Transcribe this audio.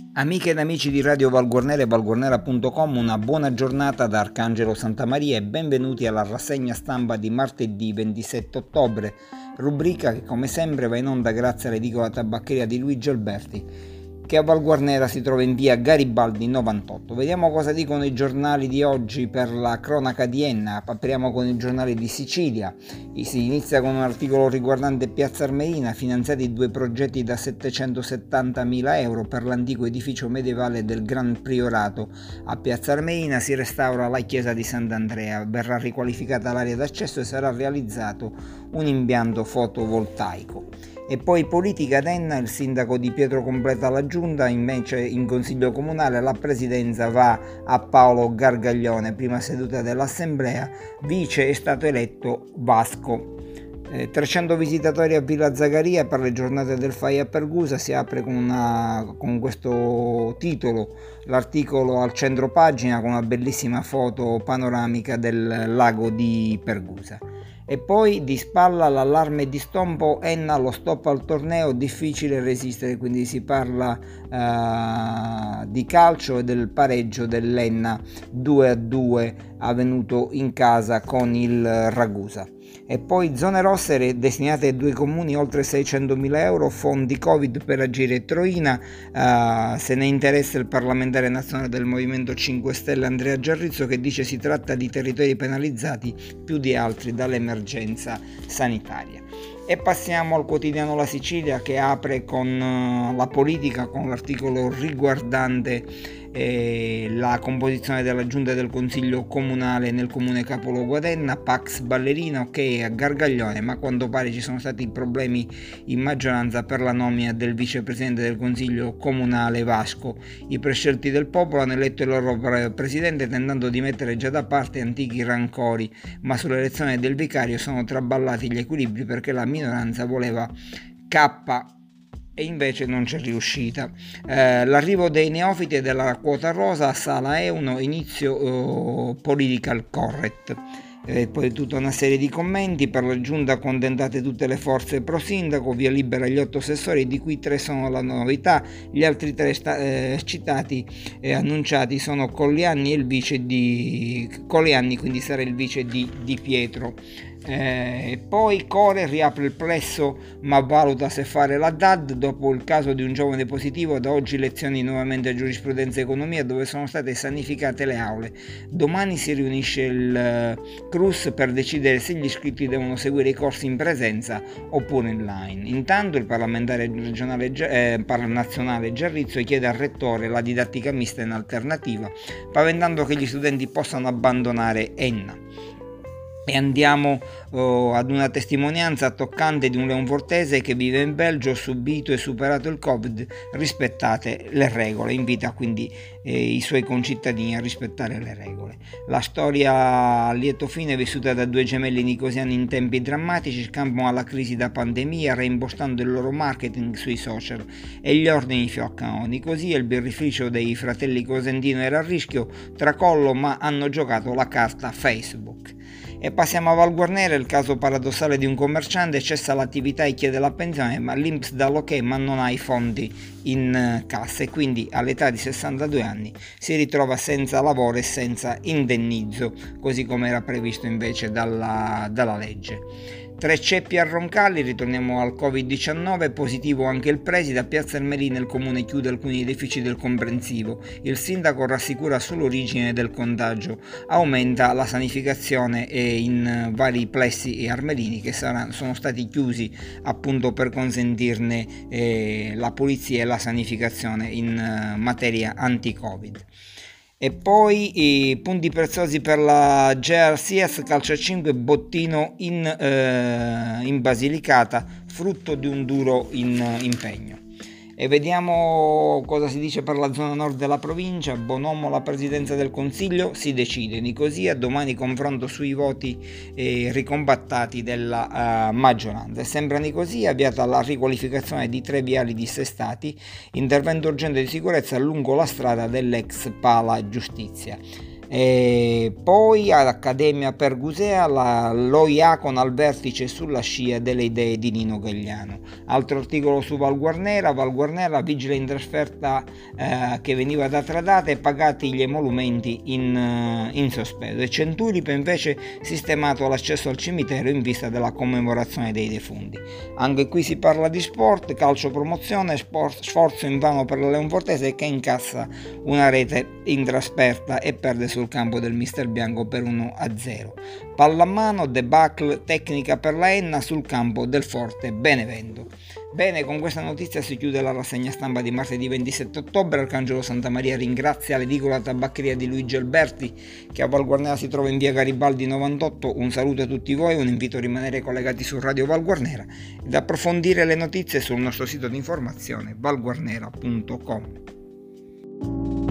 Amiche ed amici di Radio Valguarnera e valguarnera.com, una buona giornata da Arcangelo Santamaria e benvenuti alla rassegna stampa di martedì 27 ottobre, rubrica che come sempre va in onda grazie all'edicola tabaccheria di Luigi Alberti, che a Valguarnera si trova in via Garibaldi 98. Vediamo cosa dicono i giornali di oggi per la cronaca di Enna. Apriamo con il giornale di Sicilia. Si inizia con un articolo riguardante Piazza Armerina, finanziati 2 progetti da 770.000 euro per l'antico edificio medievale del Gran Priorato. A Piazza Armerina si restaura la chiesa di Sant'Andrea, verrà riqualificata l'area d'accesso e sarà realizzato un impianto fotovoltaico. E poi politica ad Enna, il sindaco Di Pietro completa la giunta, invece in consiglio comunale la presidenza va a Paolo Gargaglione, prima seduta dell'assemblea, vice è stato eletto Vasco. 300 visitatori a Villa Zagaria per le giornate del FAI a Pergusa, si apre con questo titolo l'articolo al centro pagina con una bellissima foto panoramica del lago di Pergusa. E poi di spalla l'allarme di stompo, Enna lo stop al torneo, difficile resistere, quindi si parla di calcio e del pareggio dell'Enna 2-2 avvenuto in casa con il Ragusa. E poi zone rosse destinate ai 2 comuni oltre 600.000 euro, fondi Covid per agire Troina, se ne interessa il parlamentare nazionale del Movimento 5 Stelle Andrea Giarrizzo, che dice si tratta di territori penalizzati più di altri dall'emergenza sanitaria. E passiamo al quotidiano La Sicilia, che apre con la politica, con l'articolo riguardante la composizione della giunta del consiglio comunale nel comune capoluogo ad Enna. Pax ballerina, ok a Gargaglione, ma a quanto pare ci sono stati problemi in maggioranza per la nomina del vicepresidente del consiglio comunale Vasco. I prescelti del popolo hanno eletto il loro presidente tentando di mettere già da parte antichi rancori, ma sull'elezione del vicario sono traballati gli equilibri perché la minoranza voleva K e invece non c'è riuscita. L'arrivo dei neofiti e della quota rosa a Sala Euno, inizio political correct. Poi tutta una serie di commenti. Per la giunta contentate tutte le forze pro sindaco, via libera agli 8 assessori, di cui 3 sono la novità, gli altri 3 citati e annunciati sono Collianni e il vice di Collianni, quindi sarà il vice di Di Pietro. Poi Core riapre il plesso ma valuta se fare la DAD dopo il caso di un giovane positivo. Da oggi lezioni nuovamente a giurisprudenza e economia, dove sono state sanificate le aule. Domani si riunisce il CRUS per decidere se gli iscritti devono seguire i corsi in presenza oppure online. Intanto il parlamentare nazionale Giarrizzo chiede al rettore la didattica mista in alternativa, paventando che gli studenti possano abbandonare Enna. E andiamo ad una testimonianza toccante di un leonfortese che vive in Belgio, subito e superato il Covid, rispettate le regole, invita quindi i suoi concittadini a rispettare le regole. La storia a lieto fine vissuta da 2 gemelli nicosiani in tempi drammatici, scampano alla crisi da pandemia reimpostando il loro marketing sui social e gli ordini fioccano. Nicosia, il birrificio dei fratelli Cosentino era a rischio tracollo, ma hanno giocato la carta Facebook. E passiamo a Valguarnera, il caso paradossale di un commerciante, cessa l'attività e chiede la pensione, ma l'INPS dà l'ok ma non ha i fondi in cassa e quindi all'età di 62 anni si ritrova senza lavoro e senza indennizzo, così come era previsto invece dalla legge. 3 ceppi a Roncalli, ritorniamo al Covid-19, positivo anche il preside. A Piazza Armerina il comune chiude alcuni edifici del comprensivo, il sindaco rassicura sull'origine del contagio, aumenta la sanificazione in vari plessi e armerini che sono stati chiusi appunto per consentirne la pulizia e la sanificazione in materia anti-Covid. E poi i punti preziosi per la GRCS calcio a 5, bottino in Basilicata, frutto di un duro impegno. E vediamo cosa si dice per la zona nord della provincia. Bonomo la presidenza del Consiglio, si decide. Nicosia, domani confronto sui voti ricompattati della maggioranza. E sempre a Nicosia, avviata la riqualificazione di 3 viali dissestati, intervento urgente di sicurezza lungo la strada dell'ex Pala Giustizia. Poi all'Accademia Pergusea lo Iacon al vertice sulla scia delle idee di Nino Gagliano. Altro articolo su Val Guarnera vigile in trasferta che veniva da Tradate e pagati gli emolumenti in sospeso, e Centuripe invece sistemato l'accesso al cimitero in vista della commemorazione dei defunti. Anche qui si parla di sport, calcio promozione, sforzo invano per la Leonfortese che incassa una rete in trasferta e perde sul campo del Mister Bianco per 1-0. Pallamano, debacle tecnica per la Enna sul campo del Forte Benevento. Bene, con questa notizia si chiude la rassegna stampa di martedì 27 ottobre. Arcangelo Santamaria ringrazia l'edicola tabaccheria di Luigi Alberti, che a Val Guarnera si trova in via Garibaldi 98. Un saluto a tutti voi, un invito a rimanere collegati su Radio Val Guarnera ed approfondire le notizie sul nostro sito di informazione valguarnera.com.